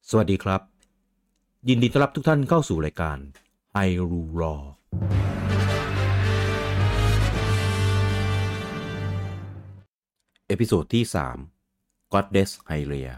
สวัสดีครับยินดีต้อนรับทุกท่านเข้าสู่รายการไฮรูรอเอพิโซดที่3 Goddess Hylia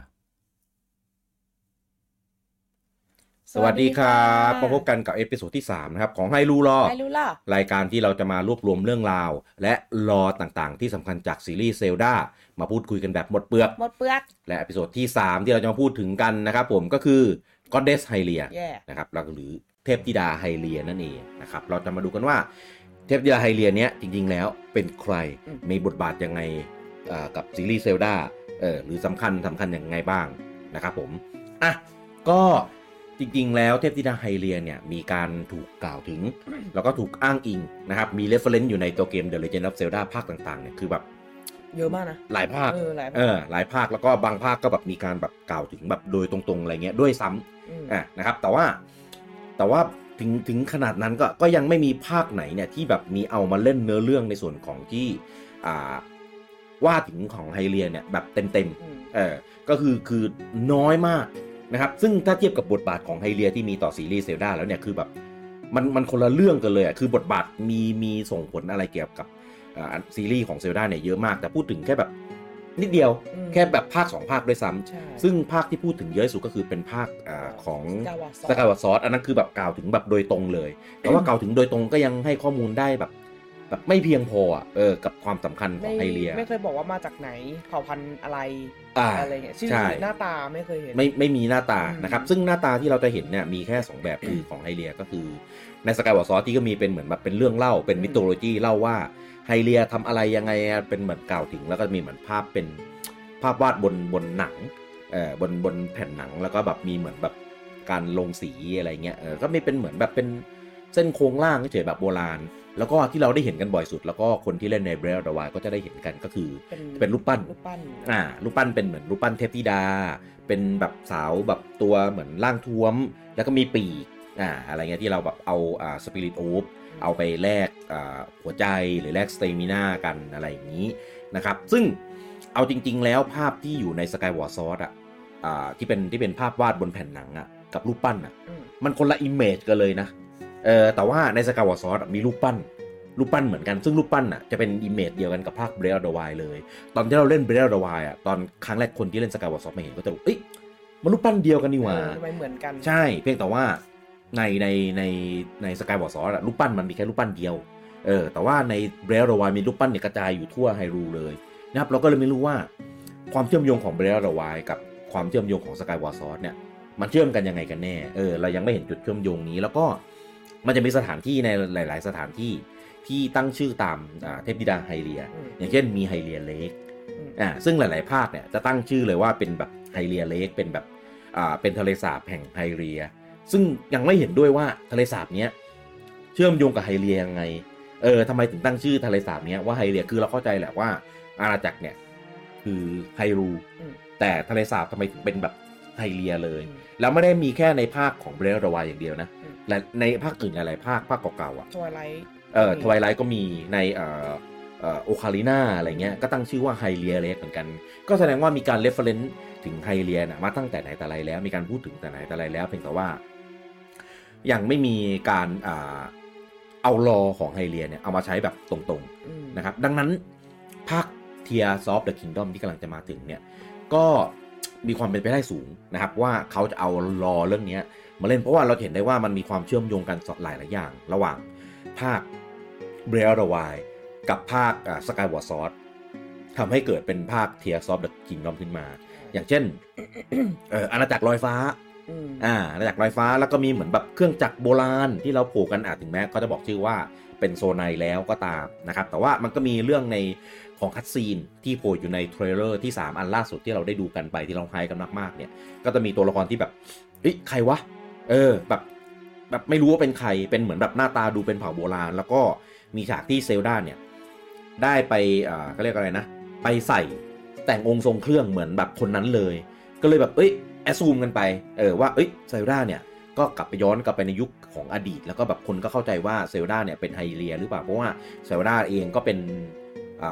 สวัสดีครับมาพบกันกับเอพิโซดที่3นะครับของไฮรูรอรายการที่เราจะมารวบรวมเรื่องราวและลอต่างๆที่สำคัญจากซีรีส์เซลดามาพูดคุยกันแบบหมดเปลือกและเอพิโซดที่3ที่เราจะมาพูดถึงกันนะครับผมก็คือ Goddess Hylia นะครับหรือเทพธิดาไฮเลียนั่นเองนะครับเราจะมาดูกันว่าเทพธิดาไฮเลียเนี้ยจริงๆแล้วเป็นใครมีบทบาทยังไงกับซีรีส์เซลดาหรือสำคัญยังไงบ้างนะครับผมอ่ะก็จริงๆแล้วเทพธิดาไฮเลียเนี่ยมีการถูกกล่าวถึงแล้วก็ถูกอ้างอิงนะครับมีเรฟเฟอเรนซ์อยู่ในตัวเกม The Legend of Zelda ภาคต่างๆเนี่ยคือแบบเยอะมากนะหลายภาคหลายภาคแล้วก็บางภาคก็แบบมีการแบบกล่าวถึงแบบโดยตรงๆอะไรเงี้ยด้วยซ้ำนะครับแต่ว่าถึงขนาดนั้นก็ยังไม่มีภาคไหนเนี่ยที่แบบมีเอามาเล่นเนื้อเรื่องในส่วนของที่ว่าถึงของไฮเลียเนี่ยแบบเต็มก็คือน้อยมากนะครับซึ่งถ้าเทียบกับบทบาทของไฮเลียที่มีต่อซีรีส์เซลดาแล้วเนี่ยคือแบบมันคนละเรื่องกันเลยคือบทบาทมีส่งผลอะไรเกี่ยวกับซีรีส์ของเซลดาเนี่ยเยอะมากแต่พูดถึงแค่แบบนิดเดียวแค่แบบภาค2ภาคด้วยซ้ำซึ่งภาคที่พูดถึงเยอะสุดก็คือเป็นภาคของสกายวอร์ดซอร์สอันนั้นคือแบบกล่าวถึงแบบโดยตรงเลยแต่ว่ากล่าวถึงโดยตรงก็ยังให้ข้อมูลได้แบบไม่เพียงพอกับความสำคัญของไฮเลียไม่เคยบอกว่ามาจากไหนเผ่าพันธุ์อะไรเงี้ยชื่อหน้าตาไม่เคยเห็นไม่มีหน้าตานะครับซึ่งหน้าตาที่เราจะเห็นเนี่ยมีแค่2แบบคือของไฮเลียก็คือในสกายวอร์ดซอร์สที่ก็มีเป็นเหมือนแบบเป็นเรื่องเล่าเป็นมิโทโลจีเล่าว่าไฮเลียทำอะไรยังไงเป็นเหมือนกล่าวถึงแล้วก็มีเหมือนภาพเป็นภาพวาดบนหนังบนแผ่นหนังแล้วก็แบบมีเหมือนแบบการลงสีอะไรเงี้ยก็ไม่เป็นเหมือนแบบเป็นเส้นโครงล่างเฉยแบบโบราณแล้วก็ที่เราได้เห็นกันบ่อยสุดแล้วก็คนที่เล่นใน Breath of the Wild ก็จะได้เห็นกันก็คือเป็นรูปปั้นรูปปั้นเป็นเหมือนรูปปั้นเทพธิดาเป็นแบบสาวแบบตัวเหมือนร่างท้วมแล้วก็มีปีกอะไรเงี้ยที่เราแบบเอาสปิริตโอ๊บเอาไปแลกหัวใจหรือแลกสเตมิน่ากันอะไรอย่างนี้นะครับซึ่งเอาจริงๆแล้วภาพที่อยู่ใน Skyward Sword ที่เป็นภาพวาดบนแผ่นหนังกับรูปปั้นมันคนละอิมเมจกันเลยนะแต่ว่าใน Skyward Sword มีรูปปั้นเหมือนกันซึ่งรูปปั้นจะเป็นอิมเมจเดียวกันกับภาค Breath of the Wild เลยตอนที่เราเล่น Breath of the Wild ตอนครั้งแรกคนที่เล่น Skyward Sword มาเห็นก็จะรู้มันรูปปั้นเดียวกันนี่หว่าทำไมเหมือนกันใช่เพียงแต่ว่าใน Skyward Sword รูปปั้นมันมีแค่รูปปั้นเดียวแต่ว่าใน Breath of the Wild มีรูปปั้นเนี่ยกระจายอยู่ทั่วไฮรูเลยนะครับเราก็เลยไม่รู้ว่าความเชื่อมโยงของ Breath of the Wild กับความเชื่อมโยงของ Skyward Sword เนี่ยมันเชื่อมกันยังไงกันแน่เรายังไม่เห็นจุดเชื่อมโยงนี้แล้วก็มันจะมีสถานที่ในหลายๆสถานที่ที่ตั้งชื่อตามเทพธิดาไฮเลียอย่างเช่นมีไฮเลียเลคซึ่งหลายๆภาคเนี่ยจะตั้งชื่อเลยว่าเป็นแบบไฮเลียเลคเป็นแบบเป็นทะเลสาบแห่งไฮเลียซึ่งยังไม่เห็นด้วยว่าทะเลสาบเนี้ยเชื่อมโยงกับไฮเลียยังไงทำไมถึงตั้งชื่อทะเลสาบเนี้ยว่าไฮเลียคือเราเข้าใจแหละว่าอาณาจักรเนี่ยคือไฮรูแต่ทะเลสาบทำไมถึงเป็นแบบไฮเลียเลยแล้วไม่ได้มีแค่ในภาคของ Breath of the Wild อย่างเดียวนะและในภาคอื่นหลายๆภาคเก่าๆทวายไลท์ก็มีในโอคาลิน่าอะไรเงี้ยก็ตั้งชื่อว่าไฮเลียเลสเหมือนกันก็แสดงว่ามีการเรฟเฟอเรนซ์ถึงไฮเลียมาตั้งแต่ไหนแต่ไรแล้วมีการพูดถึงแต่ไหนแต่ไรแล้วเพียงแต่ว่ายังไม่มีการเอาลอของไฮเลียเนี่ยเอามาใช้แบบตรงๆนะครับดังนั้นภาค Tears of the Kingdom ที่กำลังจะมาถึงเนี่ยก็มีความเป็นไปได้สูงนะครับว่าเขาจะเอาลอเรื่องนี้มาเล่นเพราะว่าเราเห็นได้ว่ามันมีความเชื่อมโยงกันหลายอย่างระหว่างภาค Breath of the Wild กับภาคSkyward Sword ทำให้เกิดเป็นภาค Tears of the Kingdom ขึ้นมาอย่างเช่น อาณาจักรลอยฟ้าอาณาจักรลอยฟ้าแล้วก็มีเหมือนแบบเครื่องจักรโบราณที่เราโผล่กันถึงแม้เขาจะบอกชื่อว่าเป็นโซไนแล้วก็ตามนะครับแต่ว่ามันก็มีเรื่องในของคัตซีนที่โผล่อยู่ในเทรลเลอร์ที่3อันล่าสุดที่เราได้ดูกันไปที่เราไฮกันมากๆเนี่ยก็จะมีตัวละครที่แบบใครวะแบบไม่รู้ว่าเป็นใครเป็นเหมือนแบบหน้าตาดูเป็นเผ่าโบราณแล้วก็มีฉากที่เซลดาเนี่ยได้ไปก็เรียกอะไรนะไปใส่แต่งองค์ทรงเครื่องเหมือนแบบคนนั้นเลยก็เลยแบบแอสซูมกันไปว่าเซลดาเนี่ยก็ย้อนกลับไปในยุคของอดีตแล้วก็แบบคนก็เข้าใจว่าเซลดาเนี่ยเป็นไฮเลียหรือเปล่าเพราะว่าเซลดาเองก็เป็น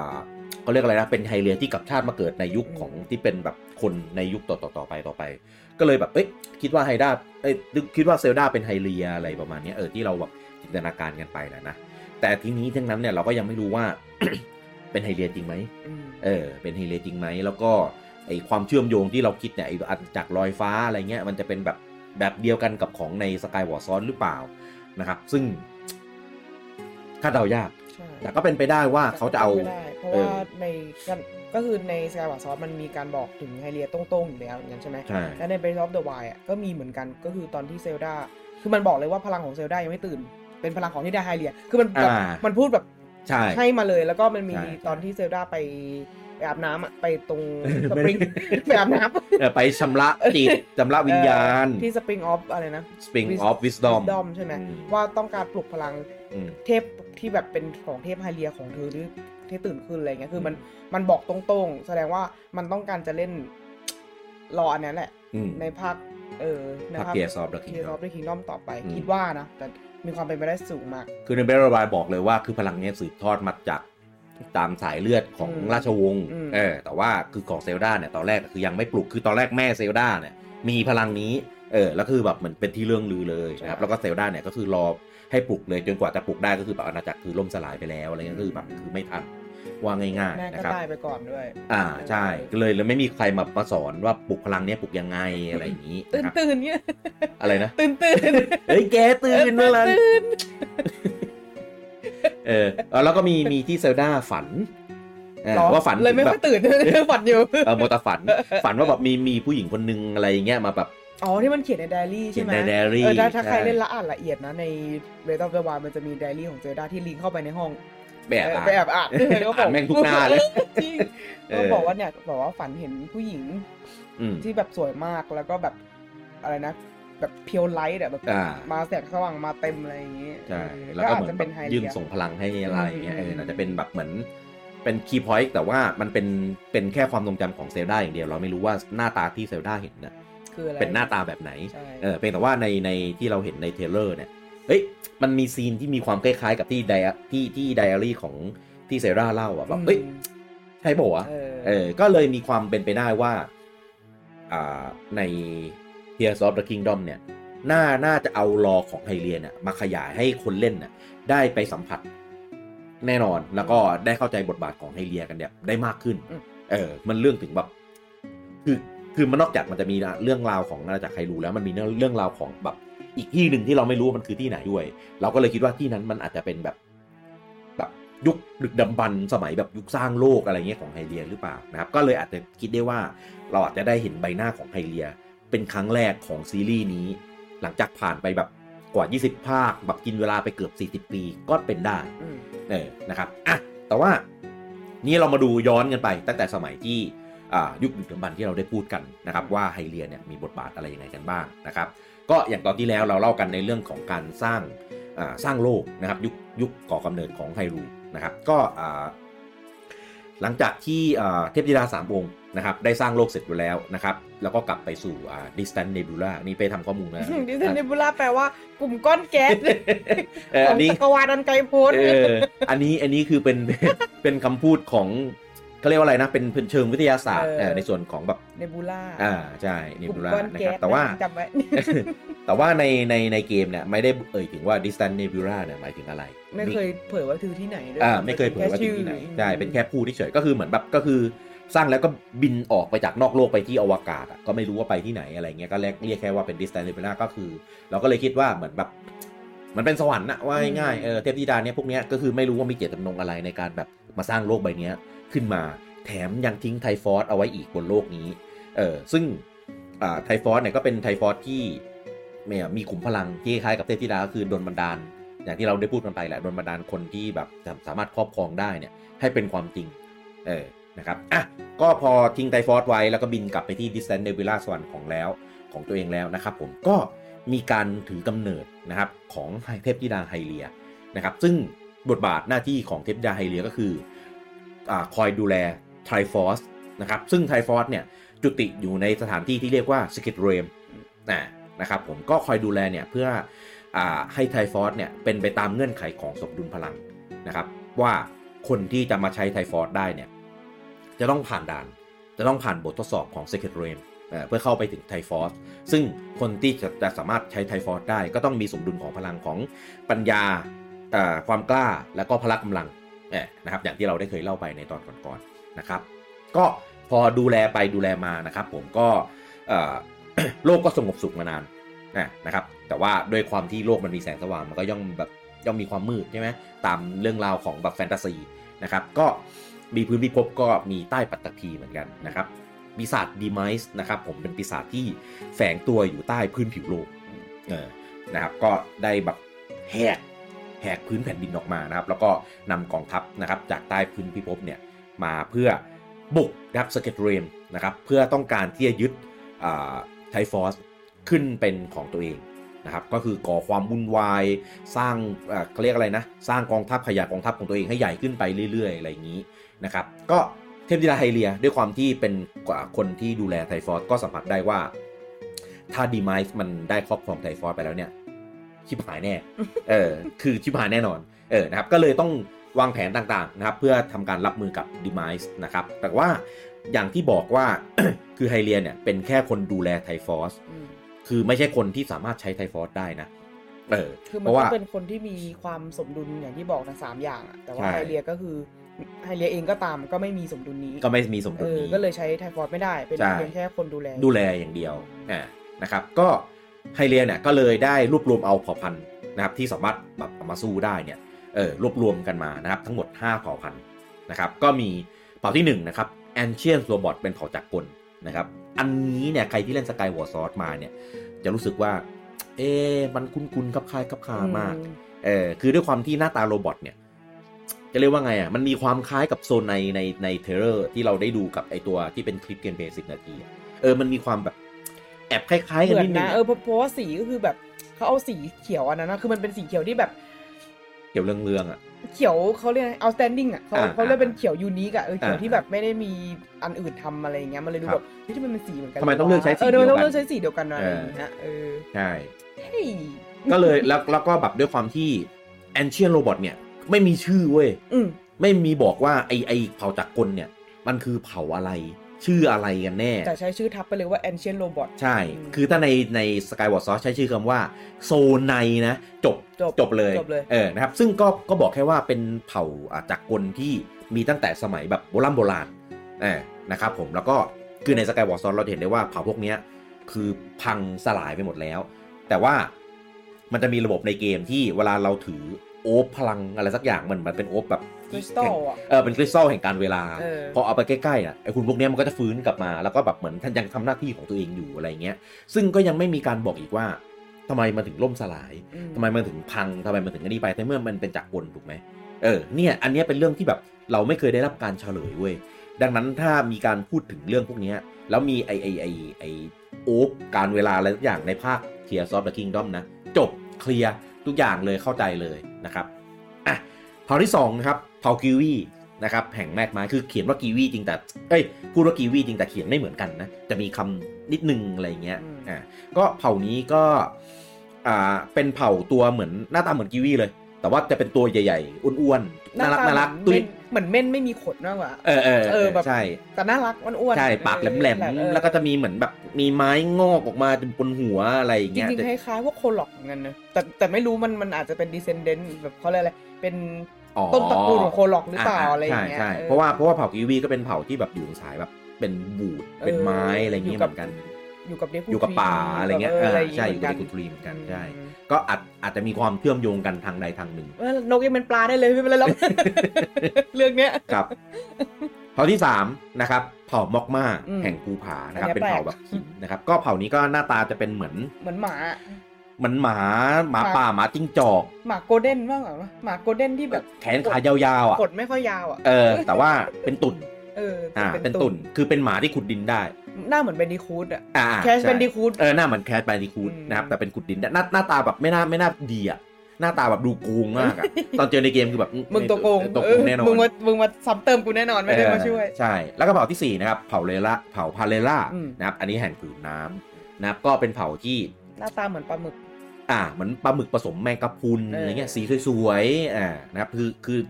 ก็เรียกอะไรนะเป็นไฮเลียที่กลับชาติมาเกิดในยุคของที่เป็นแบบคนในยุคต่อไปก็เลยแบบคิดว่าไฮด้าคิดว่าเซลดาเป็นไฮเลียอะไรประมาณนี้ที่เราแบบจินตนาการกันไปนะแต่ทีนี้ทั้งนั้นเนี่ยเราก็ยังไม่รู้ว่า เป็นไฮเลียจริงไหมเป็นไฮเลียจริงไหมแล้วก็ไอความเชื่อมโยงที่เราคิดเนี่ยจากลอยฟ้าอะไรเงี้ยมันจะเป็นแบบเดียวกันกับของใน Skyward Sword หรือเปล่านะครับซึ่งคาดเดายากแต่ก็เป็นไปได้ว่าเขาจะเอาเพราะว่าก็คือใน Skyward Sword มันมีการบอกถึงไฮเลียตรงๆอยู่แล้วอย่างนั้นใช่ไหมและใน Breath of the Wild ก็มีเหมือนกันก็คือตอนที่เซลดาคือมันบอกเลยว่าพลังของเซลดายังไม่ตื่นเป็นพลังของที่ได้ไฮเลียคือมันพูดแบบให้มาเลยแล้วก็มันมีตอนที่เซลดาไปอาบน้ำไปตรงสปริงไปอาบน้ำไปชำระจิตชำระวิญญาณที่สปริงออฟอะไรนะ Spring of Wisdom ใช่ไหมว่าต้องการปลุกพลังเทพที่แบบเป็นของเทพไฮเลียของเธอหรือที่ตื่นขึ้นอะไรเงี้ยคือมันบอกตรงๆแสดงว่ามันต้องการจะเล่นรออันนั้นแหละในภาคในภาค Tears of the Kingdom ต่อไปคิดว่านะแต่มีความเป็นไปได้สูงมากคือใน Breath of the Wild บอกเลยว่าคือพลังนี้สืบทอดมาจากตามสายเลือดของราชวงศ์แต่ว่าคือของเซลดาเนี่ยตอนแรกคือยังไม่ปลุกคือตอนแรกแม่เซลดาเนี่ยมีพลังนี้แล้วคือแบบเหมือนเป็นที่เรื่องลือเลยนะครับแล้วก็เซลดาเนี่ยก็คือรอให้ปลุกเลยจนกว่าจะปลุกได้ก็คือแบบอาณาจักรคือล่มสลายไปแล้วอะไรเงี้ยคือแบบคือไม่ทันว่าง่ายๆนะครับแม่ก็ตายไปก่อนด้วยใช่เลยไม่มีใครมาสอนว่าปลุกพลังเนี้ยปลุกยังไงอะไรอย่างนี้ตื่นเนี่ยอะไรนะตื่นแกตื่นเมื่อไหร่แล้วก็มีที่เซลดาฝันว่าฝันเลยไม่ค่อยตื่นฝันอยู่โมตาฝันว่าแบบมีผู้หญิงคนนึงอะไรอย่างเงี้ยมาแบบที่มันเขียนในไดอารี่ใช่ไหมในไดอารี่ถ้าใครเล่นละอ่านละเอียดนะใน Breath of the Wild มันจะมีไดอารี่ของเซลดาที่ลิงก์เข้าไปในห้องแบบอ่านแม่งทุกหน้าเลยก็บอกว่าเนี่ยบอกว่าฝันเห็นผู้หญิงที่แบบสวยมากแล้วก็แบบอะไรนะแบบเพียวไลท์แบบมาแสงสว่างมาเต็มอะไรอย่างงี้ใช่แล้วก็เหมือนยื่นส่งพลังให้อะไรอย่างเงี้ยอาจจะเป็นแบบเหมือนเป็นคีย์พอยต์แต่ว่ามันเป็นแค่ความทรงจำของเซลดาอย่างเดียวเราไม่รู้ว่าหน้าตาที่เซลดาเห็นน่ะเป็นหน้าตาแบบไหนเป็นแต่ว่าในที่เราเห็นในเทรลเลอร์เนี่ยมันมีซีนที่มีความคล้ายๆกับที่ไดอารี่ของที่เซลดาเล่าอ่ะแบบใช่ป่ะวะก็เลยมีความเป็นไปได้ว่าใน Tears of the Kingdom เนี่ยน่าจะเอาลอของไฮเลียเนี่ยมาขยายให้คนเล่นน่ะได้ไปสัมผัสแน่นอนแล้วก็ได้เข้าใจบทบาทของไฮเลียกันเนี่ยได้มากขึ้นมันเรื่องถึงแบบคือมันนอกจากมันจะมีเรื่องราวของอาณาจักรไฮรูแล้วมันมีเรื่องราวของแบบอีกที่หนึ่งที่เราไม่รู้มันคือที่ไหนด้วยเราก็เลยคิดว่าที่นั้นมันอาจจะเป็นแบบยุคดึกดำบรรพ์สมัยแบบยุคสร้างโลกอะไรเงี้ยของไฮเลียหรือเปล่านะครับก็เลยอาจจะคิดได้ว่าเราอาจจะได้เห็นใบหน้าของไฮเลียเป็นครั้งแรกของซีรีส์นี้หลังจากผ่านไปแบบกว่า20ภาคแบบกินเวลาไปเกือบ40ปีก็เป็นได้นะครับแต่ว่านี่เรามาดูย้อนกันไปตั้งแต่สมัยที่ยุคดึกดำบรรพ์ที่เราได้พูดกันนะครับว่าไฮเลียเนี่ยมีบทบาทอะไรยังไงกันบ้างนะครับก็อย่างตอนที่แล้วเราเล่ากันในเรื่องของการสร้างโลกนะครับยุคก่อกำเนิดของไฮรูนะครับก็หลังจากที่เทพธิดา3องค์นะครับได้สร้างโลกเสร็จไปแล้วนะครับแล้วก็กลับไปสู่Distant Nebula นี่ไปทำข้อมูลนะ Distant Nebula แปลว่ากลุ่มก้อนแก๊สของจักรวาลอันไกลโพ้นอันนี้คือเป็นคำพูดของเขาเรียกว่าอะไรนะเป็นเชิงวิทยาศาสตร์ในส่วนของแบบ Nebula ใช่ Nebula นะครับแต่ว่าในเกมเนี่ยไม่ได้ถึงว่า Distant Nebula เนี่ยหมายถึงอะไรไม่เคยเผยว่าคือที่ไหนด้วยไม่เคยเผยว่าที่ไหนใช่เป็นแค่พูดเฉยก็คือเหมือนแบบก็คือสร้างแล้วก็บินออกไปจากนอกโลกไปที่อวกาศก็ไม่รู้ว่าไปที่ไหนอะไรเงี้ยก็เรียกแค่ว่าเป็น Distant Nebula ก็คือเราก็เลยคิดว่าเหมือนแบบมันเป็นสวรรค์นะว่าง่ายๆเทพธิดาเนี่ยพวกเนี้ยก็คือไม่รู้ว่ามีเจตจำนงอะไรในการแบบมาสร้างโลกใบนี้ขึ้นมาแถมยังทิ้งไทฟอสเอาไว้อีกบนโลกนี้ซึ่งไทฟอสเนี่ยก็เป็นไทฟอสที่มีขุมพลังที่คล้ายกับเทพธิดาก็คือโดนบันดาลอย่างที่เราได้พูดกันไปแหละโดนบันดาลคนที่แบบสามารถครอบครองได้เนี่ยให้เป็นความจริงนะครับก็พอทิ้งไทฟอสไว้แล้วก็บินกลับไปที่ Distant Nebula สวรรค์ของตัวเองแล้วนะครับผมก็มีการถือกำเนิดนะครับของเทพธิดาไฮเลียนะครับซึ่งบทบาทหน้าที่ของเทพธิดาไฮเลียก็คือคอยดูแลไทฟอสนะครับซึ่งไทฟอสเนี่ยจุติอยู่ในสถานที่ที่เรียกว่า Secret Realm นะครับผมก็คอยดูแลเนี่ยเพื่อให้ไทฟอสเนี่ยเป็นไปตามเงื่อนไขของสมดุลพลังนะครับว่าคนที่จะมาใช้ไทฟอสได้เนี่ยจะต้องผ่านด่านจะต้องผ่านบททดสอบของ Secret Realm เพื่อเข้าไปถึงไทฟอสซึ่งคนที่จะสามารถใช้ไทฟอสได้ก็ต้องมีสมดุลของพลังของปัญญาความกล้าแล้วก็พละกำลังนะครับอย่างที่เราได้เคยเล่าไปในตอนก่อนๆนะครับก็พอดูแลไปดูแลมานะครับผมก็โลกก็สงบสุขมานานนะครับแต่ว่าด้วยความที่โลกมันมีแสงสว่างมันก็ย่อมมีความมืดใช่ไหมตามเรื่องราวของแบบแฟนตาซีนะครับก็มีพื้นพิภพก็มีใต้ปัตตภีเหมือนกันนะครับปีศาจดีไมส์นะครับผมเป็นปีศาจที่แฝงตัวอยู่ใต้พื้นผิวโลกนะครับก็ได้แบบแหกพื้นแผ่นดินออกมานะครับแล้วก็นำกองทัพนะครับจากใต้พื้นพิภพเนี่ยมาเพื่อบุกนะครับสเก็ตเรมนะครับเพื่อต้องการที่จะยึดไทฟอสขึ้นเป็นของตัวเองนะครับก็คือก่อความวุ่นวายสร้างเขาเรียกอะไรนะสร้างกองทัพขยายกองทัพของตัวเองให้ใหญ่ขึ้นไปเรื่อยๆอะไรอย่างนี้นะครับก็เทพธิดาไฮเลียด้วยความที่เป็นคนที่ดูแลไทฟอสก็สัมผัสได้ว่าถ้าดีไมส์มันได้ครอบครองไทฟอสไปแล้วเนี่ยชิบหายแน่คือชิบหายแน่นอนนะครับก็เลยต้องวางแผนต่างๆนะครับเพื่อทำการรับมือกับดีไมส์นะครับแต่ว่าอย่างที่บอกว่า คือไฮเลียเนี่ยเป็นแค่คนดูแลไทฟอสคือไม่ใช่คนที่สามารถใช้ไทฟอสได้นะคือมันก็เป็นคนที่มีความสมดุลอย่างที่บอกทั้ง3อย่างแต่ว่าไฮเลียก็คือไฮเลียเองก็ตามก็ไม่มีสมดุลนี้ก็ไม่มีสมดุลนี้ก็เลยใช้ไทฟอสไม่ได้เป็นเพียงแค่คนดูแลอย่างเดียวนะครับก็ไฮเลียเนี่ยก็เลยได้รวบรวมเอาเผ่าพันธุ์นะครับที่สามารถแบบมาสู้ได้เนี่ยรวบรวมกันมานะครับทั้งหมด5เผ่าพันธุ์นะครับก็มีเผ่าที่1นะครับ Ancient Robot เป็นเผ่าจักรกลนะครับอันนี้เนี่ยใครที่เล่น Skyward Sword มาเนี่ยจะรู้สึกว่ามันคุ้นๆคับคล้ายคับคามากคือด้วยความที่หน้าตาโรบอทเนี่ยจะเรียกว่าไงมันมีความคล้ายกับโซนในเทเลอร์ที่เราได้ดูกับไอตัวที่เป็นคลิปเกมเพลย์10 นาทีมันมีความแบบแอบคล้ายๆกันนิดนึงเพราะว่าสีก็คือแบบเขาเอาสีเขียวอันนั้นนะคือมันเป็นสีเขียวที่แบบเขียวเรืองๆเขียวเขาเรียก outstanding เขาเรียกเป็นเขียวยูนิคเขียวที่แบบไม่ได้มีอันอื่นทำอะไรอย่างเงี้ยมันเลยดูแบบที่มันเป็นสีเหมือนกันทำไมต้องเลือกใช้สีเดียวกันต้องเลือกใช้สีเดียวกันอะไรอย่างเงี้ยใช่ก็เลยแล้วก็แบบด้วยความที่ Ancient Robot เนี่ยไม่มีชื่อเว้ยไม่มีบอกว่าไอเผ่าจักรกลเนี่ยมันคือเผ่าอะไรชื่ออะไรกันแน่แต่ใช้ชื่อทับไปเลยว่า Ancient Robot ใช่คือถ้าใน Skyward Sword ใช้ชื่อคำว่าโซไนนะจบเลยนะครับซึ่งก็บอกแค่ว่าเป็นเผ่าจักรกลที่มีตั้งแต่สมัยแบบโบราณนะครับผมแล้วก็คือใน Skyward Sword เราเห็นได้ว่าเผ่าพวกนี้คือพังสลายไปหมดแล้วแต่ว่ามันจะมีระบบในเกมที่เวลาเราถือโอ๊บพลังอะไรสักอย่างมันเป็นโอ๊บแบบคริสตัลเป็นคริสตัลแห่งการเวลาพอเอาไปใกล้ๆไอ้คุณพวกนี้มันก็จะฟื้นกลับมาแล้วก็แบบเหมือนท่านยังทำหน้าที่ของตัวเองอยู่อะไรเงี้ยซึ่งก็ยังไม่มีการบอกอีกว่าทำไมมันถึงล่มสลายทำไมมันถึงพังทำไมมันถึงอันนี้ไปแต่เมื่อมันเป็นจักรกลถูกไหมเนี่ยอันนี้เป็นเรื่องที่แบบเราไม่เคยได้รับการเฉลยเว้ยดังนั้นถ้ามีการพูดถึงเรื่องพวกนี้แล้วมีไอโอ๊บการเวลาอะไรทุกอย่างในภาค Tears of the Kingdom นะจบเคลียร์ทุกอย่างเลยเข้าใจเลยนะครับเผ่าที่2นะครับเผ่ากีวีนะครับแห่งแมกไม้คือเขียนว่ากีวีจริงแต่พูดว่ากีวีจริงแต่เขียนไม่เหมือนกันนะจะมีคำนิดนึงอะไรเงี้ยก็เผ่านี้ก็เป็นเผ่าตัวเหมือนหน้าตาเหมือนกีวีเลยแต่ว่าจะเป็นตัวใหญ่ๆอ้วนๆน่ารักตุ้ยเหมือนเม่นไม่มีขนมากกว่าแบบใช่แต่น่ารักอ้วนๆใช่ปากแหลมๆแล้วก็จะมีเหมือนแบบมีไม้งอกออกมาบนหัวอะไรอย่างเงี้ยจริงๆคล้ายๆพวกโคล็อกเหมือนกันนะแต่ไม่รู้มันอาจจะเป็นดีเซนเดนต์แบบเขาเรียกอะไรเป็นต้นตระกูลของโคล็อกหรือเปล่าอะไรอย่างเงี้ยใช่เพราะว่าเผ่ากีวีก็เป็นเผ่าที่แบบอยู่สายแบบเป็นบูดเป็นไม้อะไรอย่างเงี้ยเหมือนกันอยู่กับป่าอะไรเงี้ยใช่อยู่กับเดคูทรีเหมือนกันใช่ก็อาจจะมีความเชื่อมโยงกันทางใดทางหนึ่งนกยังเป็นปลาได้เลยไม่เป็นไรหรอกเรื่องเนี้ยครับเผ่าที่3นะครับเผ่าม็อกมาแห่งภูผานะครับเป็นเผ่าแบบหินนะครับก็เผ่านี้ก็หน้าตาจะเป็นเหมือนหมาป่าหมาจิ้งจอกหมาโกลเด้นบ้างเหรอหมาโกลเด้นที่แบบแขนขายาวๆขนไม่ค่อยยาวแต่ว่าเป็นตุ่นเป็นตุ่นคือเป็นหมาที่ขุดดินได้หน้าเหมือนเบนดิคูดแคชเบนดิคูดหน้าเหมือนแคชเบนดิคูดนะครับแต่เป็นขุดดินหน้าตาแบบไม่น่าดีหน้าตาแบบดูโกงมากตอนเจอในเกมคือแบบมึงตัวโกงแน่นอนมึงมาซ้ำเติมกูแน่นอนไม่ได้มาช่วยใช่แล้วก็เผ่าที่4นะครับเผ่าพาเลล่านะครับอันนี้แห่งผืนน้ำนะครับก็เป็นเผ่าที่หน้าตาเหมือนปลาหมึกเหมือนปลาหมึกผสมแมงกะพรุนอะไรเงี้ยสีสวยๆนะครับคือ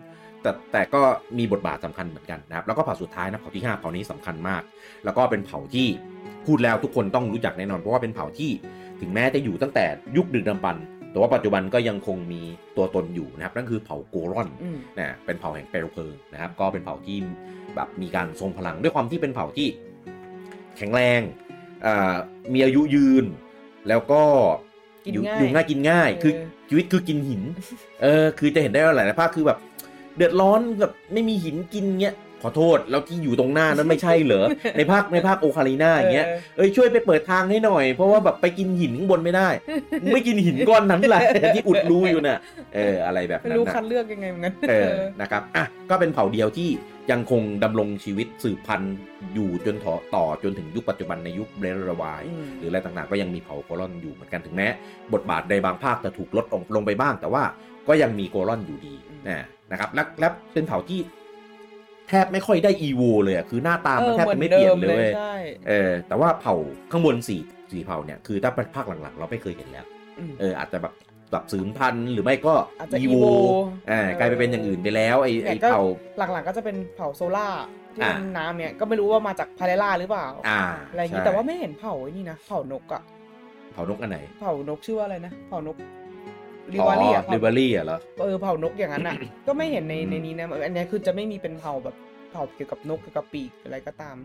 แต่ก็มีบทบาทสำคัญเหมือนกันนะครับแล้วก็เผ่าสุดท้ายนะเผ่าที่5เผ่านี้สำคัญมากแล้วก็เป็นเผ่าที่พูดแล้วทุกคนต้องรู้จักแน่นอนเพราะว่าเป็นเผ่าที่ถึงแม้จะอยู่ตั้งแต่ยุคดึกดำบรรพ์แต่ว่าปัจจุบันก็ยังคงมีตัวตนอยู่นะครับนั่นคือเผ่าโกรอนนะเป็นเผ่าแห่งเปลวเพลิงนะครับก็เป็นเผ่าที่แบบมีการทรงพลังด้วยความที่เป็นเผ่าที่แข็งแรงมีอายุยืนแล้วก็อยู่ง่ายกินง่ายคือชีวิตคือกินหินคือจะเห็นได้ว่าหลายภาคคือแบบเดือดร้อนแบบไม่มีหินกินเงี้ยขอโทษแล้วที่อยู่ตรงหน้านั้นไม่ใช่เหรอ ในภาคโอคาลิน่าอย่างเงี้ยช่วยไปเปิดทางให้หน่อยเพราะว่าแบบไปกินหินข้างบนไม่ได้ไม่กินหินก้อนนั้นแหละที่อุดรูอยู่น่ะอะไรแบบนั้นไม่รู้คัดเลือกยังไงเหมือนกันนะครับก็เป็นเผ่าเดียวที่ยังคงดำรงชีวิตสืบพันธุ์อยู่จนต่อจนถึงยุคปัจจุบันในยุคเบรเรวายหรืออะไรต่างๆก็ยังมีเผ่าโกรอนอยู่เหมือนกันถึงแม้บทบาทในบางภาคจะถูกลดลงไปบ้างแต่ว่าก็ยังมีโกรอนอยู่ดีนะครับและเป็นเผ่าที่แทบไม่ค่อยได้อีโวเลยคือหน้าตามันแทบจะไม่เปลี่ยนเลยแต่ว่าเผ่าข้างบน4เผ่าเนี่ยคือถ้าภาคหลังๆเราไม่เคยเห็นแล้วอาจจะแบบสูญพันธุ์หรือไม่ก็อีโวกลายไปเป็นอย่างอื่นไปแล้วไอ้เผ่าหลังๆก็จะเป็นเผ่าโซล่าที่เป็นน้ำเนี่ยก็ไม่รู้ว่ามาจากพาเรล่าหรือเปล่าอะไรอย่างนี้แต่ว่าไม่เห็นเผ่าไอ้นี่นะเผ่านกอะเผ่านกอันไหนเผ่านกชื่อว่าอะไรนะเผ่านกริวารี่เหรอเผ่านกอย่างนั้นอ่ะ ก็ไม่เห็นในนี้นะอันนี้คือจะไม่มีเป็นเผ่าแบบเผ่าเกี่ยวกับนกเกี่ยวกับปีกอะไรก็ตาม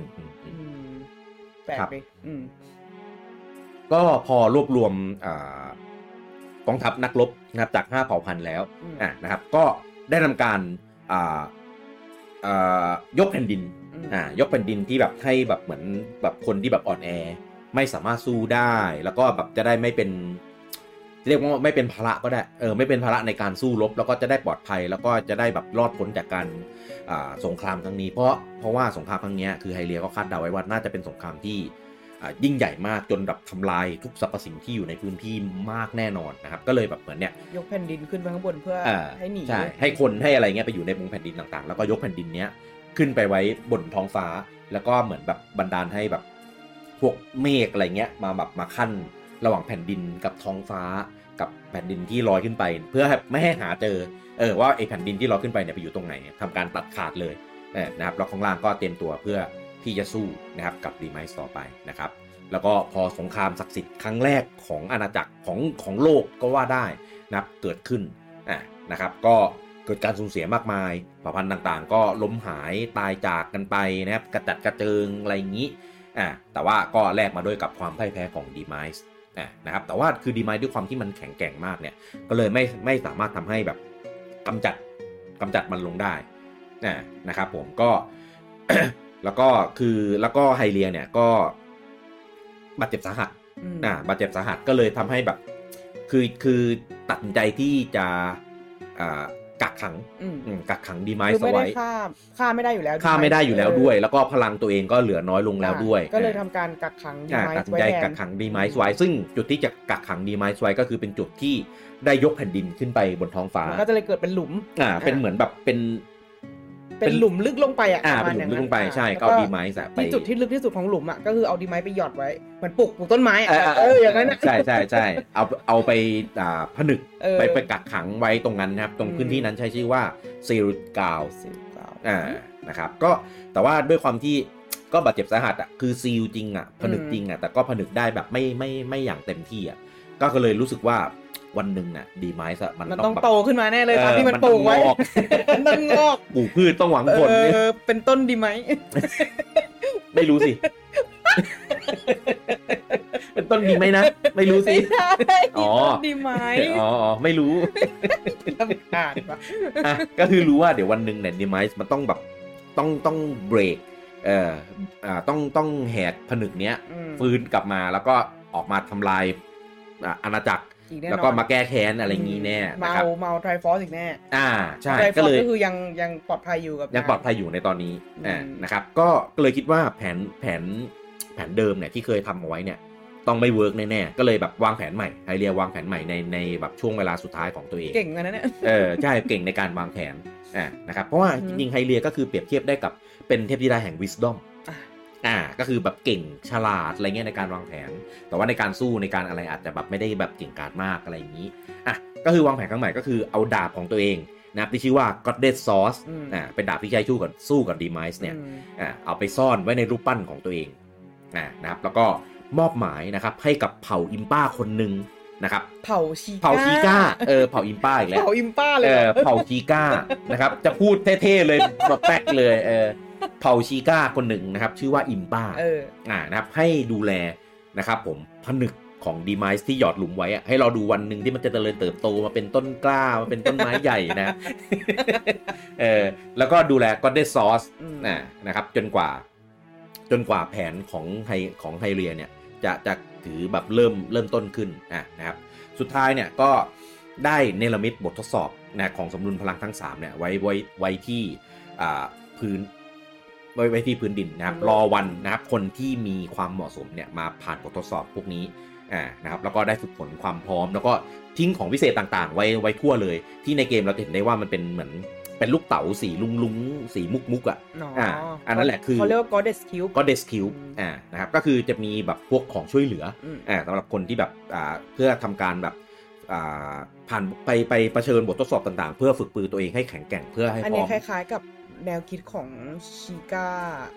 แปลกไปก็พอรวบรวมกองทัพนักรบนะครับจาก5เผ่าพันธุ์แล้วนะครับก็ได้ทำการยกแผ่นดินยกแผ่นดินที่แบบให้แบบเหมือนแบบคนที่แบบอ่อนแอไม่สามารถสู้ได้แล้วก็แบบจะได้ไม่เป็นเรียกว่าไม่เป็นภาระก็ได้ไม่เป็นภาระในการสู้รบแล้วก็จะได้ปลอดภัยแล้วก็จะได้แบบรอดพ้นจากการสงครามครั้งนี้เพราะว่าสงครามครั้งนี้คือไฮเลียก็คาดเดาไว้ว่าน่าจะเป็นสงครามที่ยิ่งใหญ่มากจนแบบทำลายทุกสรรพสิ่งที่อยู่ในพื้นที่มากแน่นอนนะครับก็เลยแบบเหมือนเนี่ยยกแผ่นดินขึ้นไปข้างบนเพื่อให้หนีใช่ให้คนให้อะไรเงี้ยไปอยู่ในวงแผ่นดินต่างๆแล้วก็ยกแผ่นดินเนี้ยขึ้นไปไว้บนท้องฟ้าแล้วก็เหมือนแบบบันดาลให้แบบพวกเมฆอะไรเงี้ยมาแบบมาขั้นระหว่างแผ่นดินกับท้องฟ้ากับแผ่นดินที่ลอยขึ้นไปเพื่อไม่ให้หาเจอว่าไอ้แผ่นดินที่ลอยขึ้นไปเนี่ยไปอยู่ตรงไหนทำการตัดขาดเลยนะครับแล้วข้างล่างก็เตรียมตัวเพื่อที่จะสู้นะครับกับดีไมซ์ต่อไปนะครับแล้วก็พอสงครามศักดิ์สิทธิ์ครั้งแรกของอาณาจักรของโลกก็ว่าได้นะครับเกิดขึ้นนะครับก็เกิดการสูญเสียมากมายเผ่าพันธุ์ต่างๆก็ล้มหายตายจากกันไปนะครับกระจัดกระเจิงอะไรอย่างนี้แต่ว่าก็แลกมาด้วยกับความพ่ายแพ้ของดีไมซ์นะครับแต่ว่าคือดีไมซ์ด้วยความที่มันแข็งแกร่งมากเนี่ยก็เลยไม่สามารถทำให้แบบกำจัดมันลงได้นะครับผมก็ แล้วก็ไฮเลียเนี่ยก็บาดเจ็บสาหัสบาดเจ็บสาหัสก็เลยทำให้แบบคือตัดสินใจที่จะกักขังดีไมซ์เอาไว้ฆ่าไม่ได้อยู่แล้วด้วยแล้วก็พลังตัวเองก็เหลือน้อยลงแล้วด้วยก็เลยทำการกักขังดีไมซ์ไว้ตัดสินใจกักขังดีไมซ์ไว้ซึ่งจุดที่จะกักขังดีไมซ์ไว้ก็คือเป็นจุดที่ได้ยกแผ่นดินขึ้นไปบนท้องฟ้าก็จะเลยเกิดเป็นหลุมเป็นเหมือนแบบเป็นหลุมลึกลงไปเป็นหลุมลึกลงไปใช่ก็เอาดีไมซ์ไปที่จุดที่ลึกที่สุดของหลุมก็คือเอาดีไมซ์ไปหยอดไว้เหมือนปลูกต้นไม้อย่างนั้นใช่เอาไปผนึกไปกักขังไว้ตรงนั้นครับตรงพื้นที่นั้นใช้ชื่อว่าซีลกาวนะครับก็แต่ว่าด้วยความที่ก็บาดเจ็บสาหัสคือซีลจริงผนึกจริงแต่ก็ผนึกได้แบบไม่อย่างเต็มที่ก็เลยรู้สึกว่าวันหนึ่งดีไมซ์มันต้องโตขึ้นมาแน่เลยตามที่มันปลูกไว้มันงอกปลูกพืชต้องหวังผลเป็นต้นดีไหมไม่รู้สิเป็นต้นดีไหมนะไม่รู้สิอ๋อดีไหมอ๋อไม่รู้ก็คือรู้ว่าเดี๋ยววันหนึ่งเนี่ยดีไมซ์มันต้องแบบต้องเบรกต้องแหกผนึกเนี้ยฟื้นกลับมาแล้วก็ออกมาทำลายอาณาจักรแล้วก็มาแก้แค้นอะไรงี้แน่นะครับเมาไทรฟอสอีกแน่ใช่ก็เลยก็คือยังปลอดภัยอยู่กับยังปลอดภัยอยู่ในตอนนี้นะครับก็เลยคิดว่าแผนเดิมเนี่ยที่เคยทำเอาไว้เนี่ยต้องไม่เวิร์กแน่ๆก็เลยแบบวางแผนใหม่ไฮเลียวางแผนใหม่ในแบบช่วงเวลาสุดท้ายของตัวเองเก่งกันนะเนี่ยใช่เก่งในการวางแผนนะครับเพราะว่าจริงๆไฮเลียก็คือเปรียบเทียบได้กับเป็นเทพธิดาแห่ง wisdomก็คือแบบเก่งฉลาดอะไรเงี้ยในการวางแผนแต่ว่าในการสู้ในการอะไรอาจจะแบบไม่ได้แบบเก่งกาจมากอะไรอย่างนี้ก็คือวางแผนครั้งใหม่ก็คือเอาดาบของตัวเองนะครับที่ชื่อว่า Goddess Sauce เป็นดาบที่ใช้สู้กับ Demise เนี่ยเอาไปซ่อนไว้ในรูปปั้นของตัวเองนะครับแล้วก็มอบหมายนะครับให้กับเผ่าอิมป้าคนหนึ่งนะครับเผ่าชีก้าเผ่าอิมป้าอีกแล้วเผ่าอิมป้าเลยเผ่าชีก้านะครับจะพูดเท่ๆเลยแบบแป๊กเลยเผ่าชีก้าคนหนึ่งนะครับชื่อว่าอิมป้านะครับให้ดูแลนะครับผมผนึกของ Demise ที่หยอดหลุมไว้ให้เราดูวันหนึ่งที่มันจะเจริญเติบโตมาเป็นต้นกล้ามาเป็นต้นไม้ใหญ่นะแล้วก็ดูแล Goddess Sauce นะครับจนกว่าแผนของไฮเรียเนี่ยจะถือแบบเริ่มต้นขึ้นนะครับสุดท้ายเนี่ยก็ได้เนรมิตบททดสอบนะของสมดุลพลังทั้ง3เนี่ยไว้ที่พื้นไว้ที่พื้นดินนะครับรอวันนะครับคนที่มีความเหมาะสมเนี่ยมาผ่านบททดสอบพวกนี้นะครับแล้วก็ได้ฝึกฝนความพร้อมแล้วก็ทิ้งของพิเศษต่างๆไว้ทั่วเลยที่ในเกมเราเห็นได้ว่ามันเป็นเหมือนเป็นลูกเต๋าสีลุงสีมุกอันนั้นแหละคือเขาเรียกว่า Goddess Cube นะครับก็คือจะมีแบบพวกของช่วยเหลือสำหรับคนที่แบบเพื่อทำการแบบผ่านไปเผชิญบททดสอบต่างๆเพื่อฝึกปืนตัวเองให้แข็งแกร่งเพื่อให้พร้อมอันนี้คล้ายๆกับแนวคิดของชิก้า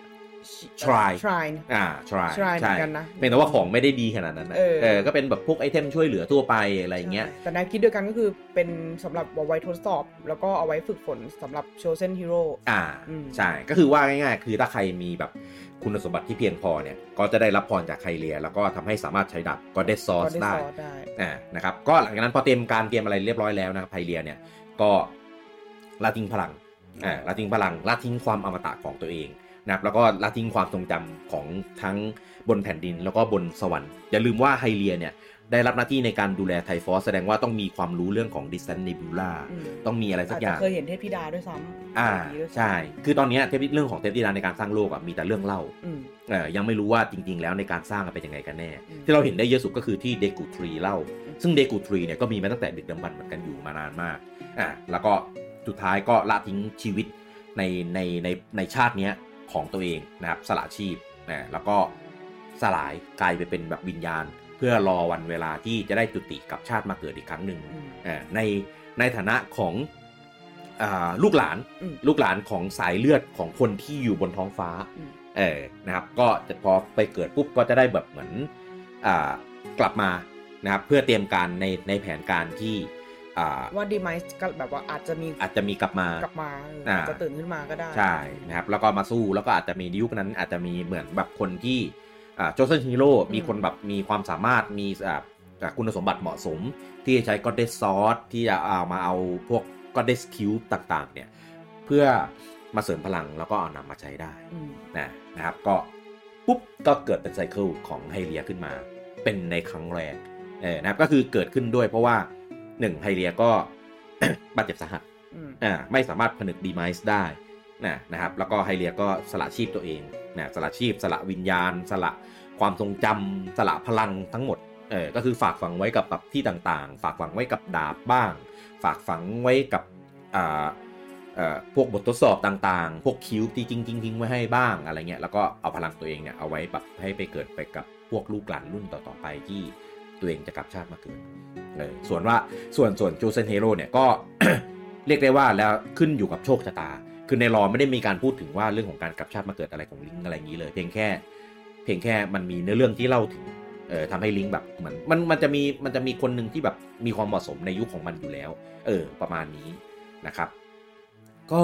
Shrine ใช่กันนะเป็นแต่ว่าของไม่ได้ดีขนาดนั้นนะก็เป็นแบบพวกไอเทมช่วยเหลือทั่วไปอะไรเงี้ยแต่แนวคิดเดียวกันก็คือเป็นสำหรับเอาไว้ทดสอบแล้วก็เอาไว้ฝึกฝนสำหรับ Chosen Hero ใช่ก็คือว่าง่ายๆคือถ้าใครมีแบบคุณสมบัติที่เพียงพอเนี่ยก็จะได้รับพรจากไคเลียแล้วก็ทำให้สามารถใช้ดาบ Goddess Sauce ได้นะครับก็หลังจากนั้นพอเตรียมอะไรเรียบร้อยแล้วนะครับไคเลียเนี่ยก็ละทิ้งพลังละทิ้งความอมตะของตัวเองนะครับแล้วก็ละทิ้งความทรงจำของทั้งบนแผ่นดินแล้วก็บนสวรรค์อย่าลืมว่าไฮเลียเนี่ยได้รับหน้าที่ในการดูแลไทฟอสแสดงว่าต้องมีความรู้เรื่องของ Distant Nebula ต้องมีอะไรสักอย่างเคยเห็นเทพธิดาด้วยซ้ำใช่คือตอนนี้เรื่องของเทพธิดาในการสร้างโลกมีแต่เรื่องเล่ายังไม่รู้ว่าจริงๆแล้วในการสร้างเป็นยังไงกันแน่ที่เราเห็นได้เยอะสุดก็คือที่เดกูทรีเล่าซึ่งเดกูทรีเนี่ยก็มีมาตั้งแต่ดึกดำบรรพ์เหมือนกันอยู่มานานมากแล้วก็สุดท้ายก็ละทิ้งชีวิตในชาตินี้ของตัวเองนะครับสละชีพแล้วก็สลายกลายไปเป็นแบบวิญญาณเพื่อรอวันเวลาที่จะได้จุติกับชาติมาเกิดอีกครั้งหนึ่งในฐานะของลูกหลานของสายเลือดของคนที่อยู่บนท้องฟ้านะครับก็จะพอไปเกิดปุ๊บก็จะได้แบบเหมือนกลับมานะครับเพื่อเตรียมการในแผนการที่ว่า Demise ก็แบบว่าอาจจะมีกลับมาจะตื่นขึ้นมาก็ได้ใช่นะครับแล้วก็มาสู้แล้วก็อาจจะมียุคนั้นอาจจะมีเหมือนแบบคนที่Chosen Hero มีคนแบบมีความสามารถมีคุณสมบัติเหมาะสมที่จะใช้ Goddess Sauce ที่จะเอาพวก Goddess Cube ต่างๆเนี่ยเพื่อมาเสริมพลังแล้วก็เอานำมาใช้ได้นะครับก็ปุ๊บก็เกิดเป็นไซเคิลของไฮเลียขึ้นมาเป็นในครั้งแรกนะครับก็คือเกิดขึ้นด้วยเพราะว่า1ไฮเลียก็ บาดเจ็บสาหัสไม่สามารถผนึก Demise ได้นะครับแล้วก็ไฮเลียก็สละชีพตัวเองสละชีพสละวิญญาณสละความทรงจำสละพลังทั้งหมดก็คือฝากฝังไว้กับที่ต่างๆฝากฝังไว้กับดาบบ้างฝากฝังไว้กับพวกบททดสอบต่างๆพวกคิวที่ทิ้งไว้ให้บ้างอะไรเงี้ยแล้วก็เอาพลังตัวเองเนี่ยเอาไว้แบบให้ไปเกิดไปกับพวกลูกหลานรุ่นต่อๆไปที่ตัวเองจะกลับชาติมาเกิดส่วนChosen Heroเนี่ยก็ เรียกได้ว่าแล้วขึ้นอยู่กับโชคชะตาคือในลอไม่ได้มีการพูดถึงว่าเรื่องของการกลับชาติมาเกิดอะไรของลิงอะไรอย่างนี้เลยเพียงแค่มันมีเนื้อเรื่องที่เล่าถึงทำให้ลิงแบบเหมือนมันจะมีคนหนึ่งที่แบบมีความเหมาะสมในยุคของมันอยู่แล้วประมาณนี้นะครับก็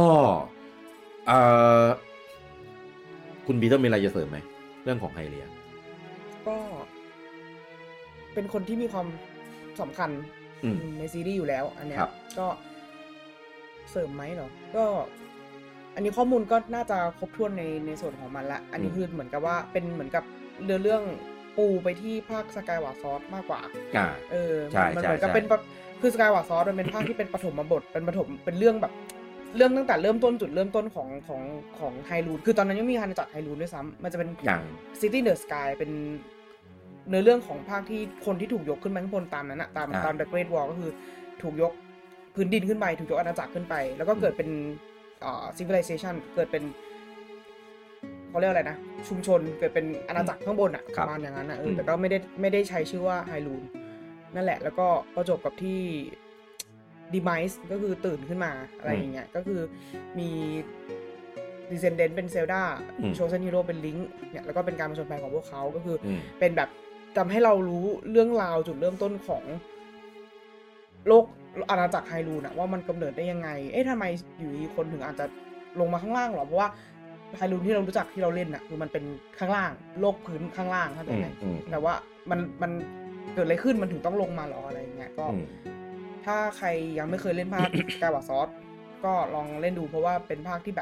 คุณบีต้องมีอะไรจะเสริมไหมเรื่องของไฮเลียก็เป็นคนที่มีความสำคัญในซีรีส์อยู่แล้วอันเนี้ยก็เสริมไหมเหรอก็อันนี้ข้อมูลก็น่าจะครบถ้วนในส่วนของมันละอันนี้คือเหมือนกับว่าเป็นเหมือนกับเรื่องปูไปที่ภาคสกายวอร์ซอสมากกว่ามันเหมือนกับเป็นคือสกายวอร์ซอสมันเป็นภาคที่เป็นปฐมบทเป็นเรื่องแบบเรื่องตั้งแต่เริ่มต้นจุดเริ่มต้นของไฮรูนคือตอนนั้นยังมีอาณาจักรไฮรูนด้วยซ้ำมันจะเป็นCity in the Sky เป็นเนื้อเรื่องของภาคที่คนที่ถูกยกขึ้นมาข้างบนตามนั้นอะตาม The Great Wall ก็คือถูกยกพื้นดินขึ้นไปถูกยกอาณาจักรขึ้นไปแล้วก็เกิดเป็นcivilization เกิดเป็นเขาเรียกอะไรนะชุมชนเกิดเป็นอาณาจักรข้างบนอะประมาณอย่างนั้นอะแต่ก็ไม่ได้ใช้ชื่อว่าไฮรูนนั่นแหละแล้วก็ประจบกับที่ demise ก็คือตื่นขึ้นมาอะไรอย่างเงี้ยก็คือมี descendant เป็นเซลดาchosen hero เป็นลิงค์เนี่ยแล้วก็เป็นการผจญภัยของพวกเขาก็คือเป็นแบบทำให้เรารู้เรื่องราวจุดเริ่มต้นของโลกอาณาจักรไฮรูนว่ามันกำเนิดได้ยังไงทำไมอยู่ดีคนถึงอาจจะลงมาข้างล่างหรอเพราะว่าไฮรูนที่เรารู้จักที่เราเล่นคือมันเป็นข้างล่างโลกพื้นข้างล่างเข้าใจไหมแต่ว่ามันเกิดอะไรขึ้นมันถึงต้องลงมาหรออะไรอย่างเงี้ยก็ถ้าใครยังไม่เคยเล่นภาค Skyward Sword ก็ลองเล่นดูเพราะว่าเป็นภาคที่แบบ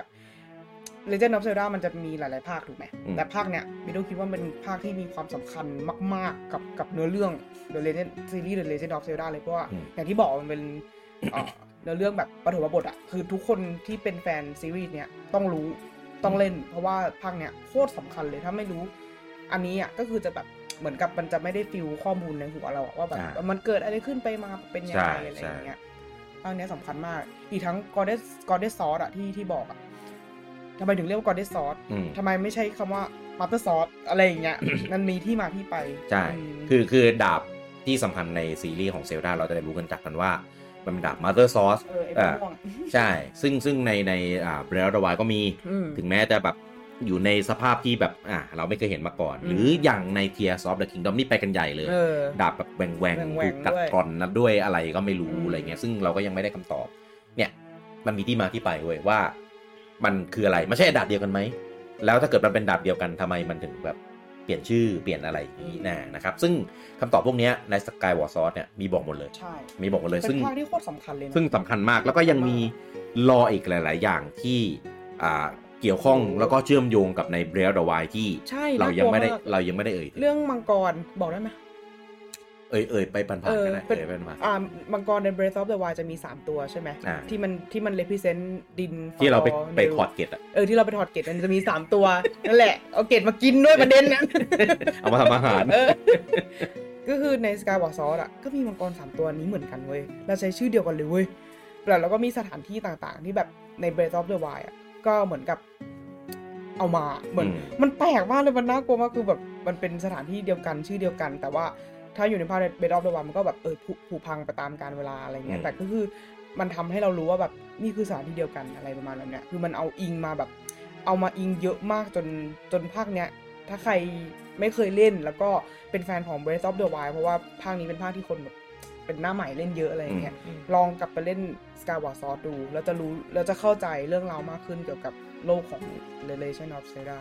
Legend of Zelda มันจะมีหลายๆภาคถูกไหมแต่ภาคเนี้ยบิโดคิดว่าเป็นภาคที่มีความสำคัญมากๆกับเนื้อเรื่อง The Legend Series The Legend of Zelda เลยเพราะว่าอย่างที่บอกมันเป็นเนื้อเรื่องแบบปฐมบทคือทุกคนที่เป็นแฟนซีรีส์เนี้ยต้องรู้ต้องเล่นเพราะว่าภาคเนี้ยโคตรสำคัญเลยถ้าไม่รู้อันนี้ก็คือจะแบบเหมือนกับมันจะไม่ได้ฟิลข้อมูลในหัวเราว่าแบบมันเกิดอะไรขึ้นไปมาเป็นยังไงอะไรอย่างเงี้ยภาคเนี้ยสำคัญมากอีกทั้ง Goddess Sword ที่บอกทำไมถึงเรียกว่า Goddess Sword ทำไมไม่ใช่คำว่า Master Sword อะไรอย่างเงี้ยมันมีที่มาที่ไปใช่คือดาบที่สำคัญในซีรีส์ของเซลดาเราจะได้รู้กันจากกันว่ามันเป็นดาบ Master Sword ใช่ซึ่งในBreath of the Wild ก็มีถึงแม้จะแบบอยู่ในสภาพที่แบบเราไม่เคยเห็นมาก่อนหรืออย่างใน Tears of the Kingdom นี่ไปกันใหญ่เลยดาบแบบแหว่งถูกกัดกร่อนนะด้วยอะไรก็ไม่รู้อะไรเงี้ยซึ่งเราก็ยังไม่ได้คำตอบเนี่ยมันมีที่มาที่ไปเว้ยว่ามันคืออะไรไม่ใช่ดาบเดียวกันไหมแล้วถ้าเกิดมันเป็นดาบเดียวกันทำไมมันถึงแบบเปลี่ยนชื่อเปลี่ยนอะไรนี้นะครับซึ่งคำตอบพวกนี้ใน Skyward Sword เนี่ยมีบอกหมดเลยใช่มีบอกหมดเลยซึ่งเป็นภาคที่โคตรสำคัญเลยนะซึ่งสำคัญมากแล้วก็ยังมีรออีกหลายๆอย่างที่เกี่ยวข้องแล้วก็เชื่อมโยงกับใน Breath of the Wild ที่เรายังไม่ได้เอ่ยเรื่องมังกรบอกได้ไหมไปผ่านๆกันนะไปผ่านมังกรใน Breath of the Wild จะมี3ตัวใช่ไหมที่มัน represent ดินที่เราไปถอดเกตที่เราไปถอดเกตมันจะมี3ตัวนั่นแหละเอาเกตมากินด้วยประเด็นนั้นเอามาทำอาหารก็คือใน Skyward Sword ก็มีมังกร3ตัวนี้เหมือนกันเว้ยเราใช้ชื่อเดียวกันเลยเว้ยแล้วก็มีสถานที่ต่างๆที่แบบใน Breath of the Wild ก็เหมือนกับเอามาเหมือนมันแปลกมากเลยมันน่ากลัวมากคือแบบมันเป็นสถานที่เดียวกันชื่อเดียวกันแต่ว่าถ้าอยู่ในภาค Breath of the Wild มันก็แบบผุพังไปตามกาลเวลาอะไรเงี้ยแต่ก็คือมันทำให้เรารู้ว่าแบบนี่คือสถานที่เดียวกันอะไรประมาณนั้นเนี่ยคือมันเอาอิงมาแบบเอามาอิงเยอะมากจนภาคเนี้ยถ้าใครไม่เคยเล่นแล้วก็เป็นแฟนของ Breath of the Wild เพราะว่าภาคนี้เป็นภาคที่คนแบบเป็นหน้าใหม่เล่นเยอะอะไรเงี้ยลองกลับไปเล่น Skyward Sword ดูแล้วจะรู้แล้วจะเข้าใจเรื่องราวมากขึ้นเกี่ยวกับโลกของ Legend of Zelda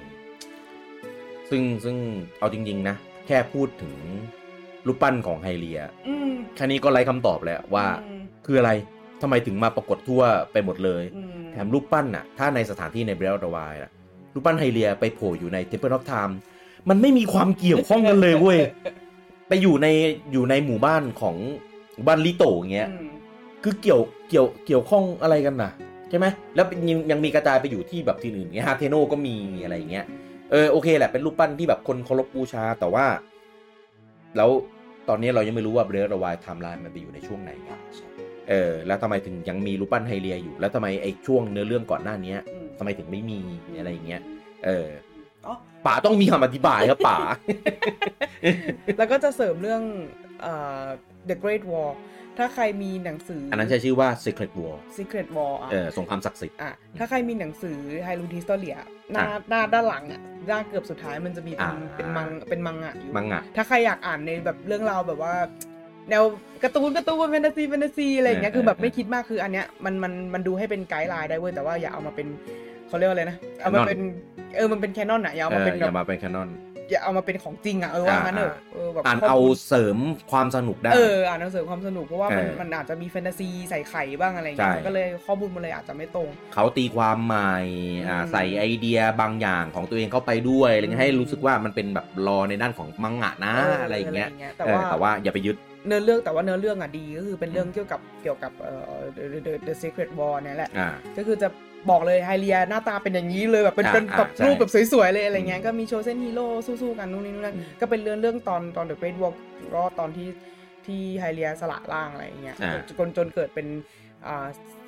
ซึ่งเอาจริงๆนะแค่พูดถึงรูปปั้นของไฮเลียแค่นี้ก็ไร้คำตอบแล้วว่าคืออะไรทำไมถึงมาปรากฏทั่วไปหมดเลยแถมรูปปั้นถ้าในสถานที่ใน Breath of the Wild รูปปั้นไฮเลียไปโผล่อยู่ใน Temple of Time มันไม่มีความเกี่ยวข้องกันเลยเว้ยไปอยู่ในหมู่บ้านของบ้านลิโตอย่างเงี้ยคือเกี่ยวข้องอะไรกันน่ะใช่ไหมแล้วยังมีกระจายไปอยู่ที่แบบที่อื่นเงี้ยฮาเทโนก็มีอะไรอย่างเงี้ยโอเคแหละเป็นรูปปั้นที่แบบคนเคารพบูชาแต่ว่าแล้วตอนนี้เรายังไม่รู้ว่า Breath of the Wild ไทม์ไลน์มันไปอยู่ในช่วงไหนแล้วทำไมถึงยังมีรูปปั้นไฮเลียอยู่แล้วทำไมไอ้ช่วงเนื้อเรื่องก่อนหน้านี้ทำไมถึงไม่มีอะไรอย่างเงี้ยป๋าต้องมีคำอธิบายครับป๋าแล้วก็จะเสริมเรื่องThe Great War ถ้าใครมีหนังสืออันนั้นใช้ชื่อว่า Secret War Secret War สงครามศักดิ์สิทธิ์ถ้าใครมีหนังสือ Hyrule Historia หน้าด้านหลังด้านเกือบสุดท้ายมันจะมีเป็นมังงะอยู่ถ้าใครอยากอ่านในแบบเรื่องราวแบบว่าแนวการ์ตูนแฟนตาซีอะไรอย่างเงี้ยคือแบบไม่คิดมากคืออันเนี้ยมันดูให้เป็นไกด์ไลน์ได้เว้ยแต่ว่าอย่าเอามาเป็นเขาเรียกว่าอะไรนะเอามาเป็นมันเป็นแคนนอนอย่าเอามาเป็นอย่ามาเป็นแคนนอนอย่าเอามาเป็นของจริงว่างั้นแบบอ่านเอาเสริมความสนุกได้อ่านเอาเสริมความสนุกเพราะว่ามันอาจจะมีแฟนตาซีใส่ไข่บ้างอะไรอย่างเงี้ยก็เลยข้อมูลมันเลยอาจจะไม่ตรงเขาตีความใหม่ใส่ไอเดียบางอย่างของตัวเองเข้าไปด้วยอะไรเงี้ยให้รู้สึกว่ามันเป็นแบบรอในด้านของมังงะนะอะไรอย่างเงี้ยแต่ว่าอย่าไปยึดเนื้อเรื่องแต่ว่าเนื้อเรื่องดีก็คือเป็นเรื่องเกี่ยวกับThe Secret War เนี่ยแหละก็คือจะบอกเลยไฮเลียหน้าตาเป็นอย่างนี้เลยแบบเป็นแบบรูปแบบสวยๆเลยอะไรเงี้ยก็มีโชเซนฮีโร่สู้ๆกันนู่นนี่นั่นก็เป็นเรื่องตอน The Great War ก็ตอนที่ไฮเลียสละร่างอะไรเงี้ยจนเกิดเป็น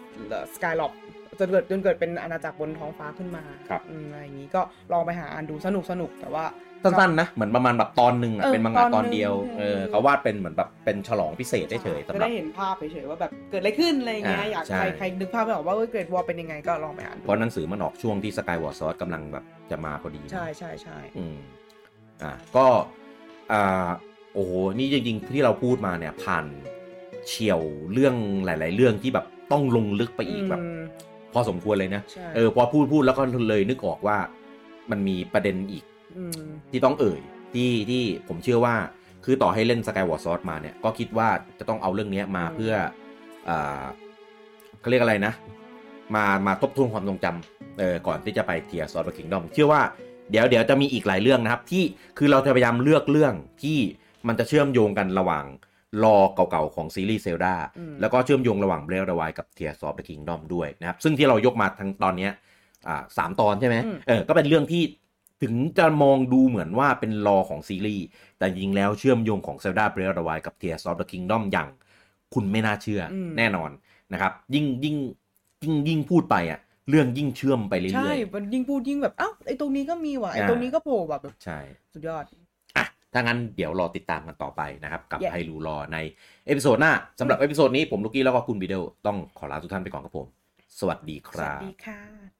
สกายล็อกจนเกิดเป็นอาณาจักรบนท้องฟ้าขึ้นมาอะไรอย่างนี้ก็ลองไปหาอ่านดูสนุกแต่ว่าสั้นๆนะเหมือนประมาณแบบตอนนึงเป็นมังงะตอนเดียวเขาวาดเป็นเหมือนแบบเป็นฉลองพิเศษเฉยๆจะได้เห็นภาพเฉยๆว่าแบบเกิดอะไรขึ้นอะไรเงี้ยอยากใครนึกภาพไม่ออกว่าเกรดวอร์เป็นยังไงก็ลองไปอ่านเพราะหนังสือมันออกช่วงที่สกายวอร์ซอร์สกำลังแบบจะมาพอดีใช่ก็โอ้โหนี่จริงๆที่เราพูดมาเนี่ยผ่านเฉียวเรื่องหลายๆเรื่องที่แบบต้องลงลึกไปอีกแบบพอสมควรเลยนะพอพูดแล้วก็เลยนึกออกว่ามันมีประเด็นอีกที่ต้องที่ผมเชื่อว่าคือต่อให้เล่น Skyward Sword มาเนี่ยก็คิดว่าจะต้องเอาเรื่องนี้มาเพื่อเขาเรียกอะไรนะมาทบทวนความทรงจำก่อนที่จะไป Tears of the Kingdom เชื่อว่าเดี๋ยวจะมีอีกหลายเรื่องนะครับที่คือเราจะพยายามเลือกเรื่องที่มันจะเชื่อมโยงกันระหว่างรอเก่าๆของซีรีส์ Zelda แล้วก็เชื่อมโยงระหว่าง Breath of the Wild กับ Tears of the Kingdom ด้วยนะครับซึ่งที่เรายกมาทั้งตอนนี้3 ตอนใช่ไหมก็เป็นเรื่องที่ถึงจะมองดูเหมือนว่าเป็นรอของซีรีส์แต่จริงแล้วเชื่อมโยงของ Zelda Breath of the Wild กับ Tears of the Kingdom อย่างคุณไม่น่าเชื่อแน่นอนนะครับยิ่งพูดไปเรื่องยิ่งเชื่อมไปเรื่อยๆใช่มันยิ่งพูดยิ่งแบบไอ้ตรงนี้ก็มีว่ะไอ้ตรงนี้ก็โผล่แบบใช่สุดยอดถ้างั้นเดี๋ยวรอติดตามกันต่อไปนะครับกับไฮรูรอในเอพิโซดหน้าสำหรับเอพิโซดนี้ผมลูกี้แล้วก็คุณบิเดลต้องขอลาทุกท่านไปก่อนครับผมสวัสดีครับสวัสดีค่ะ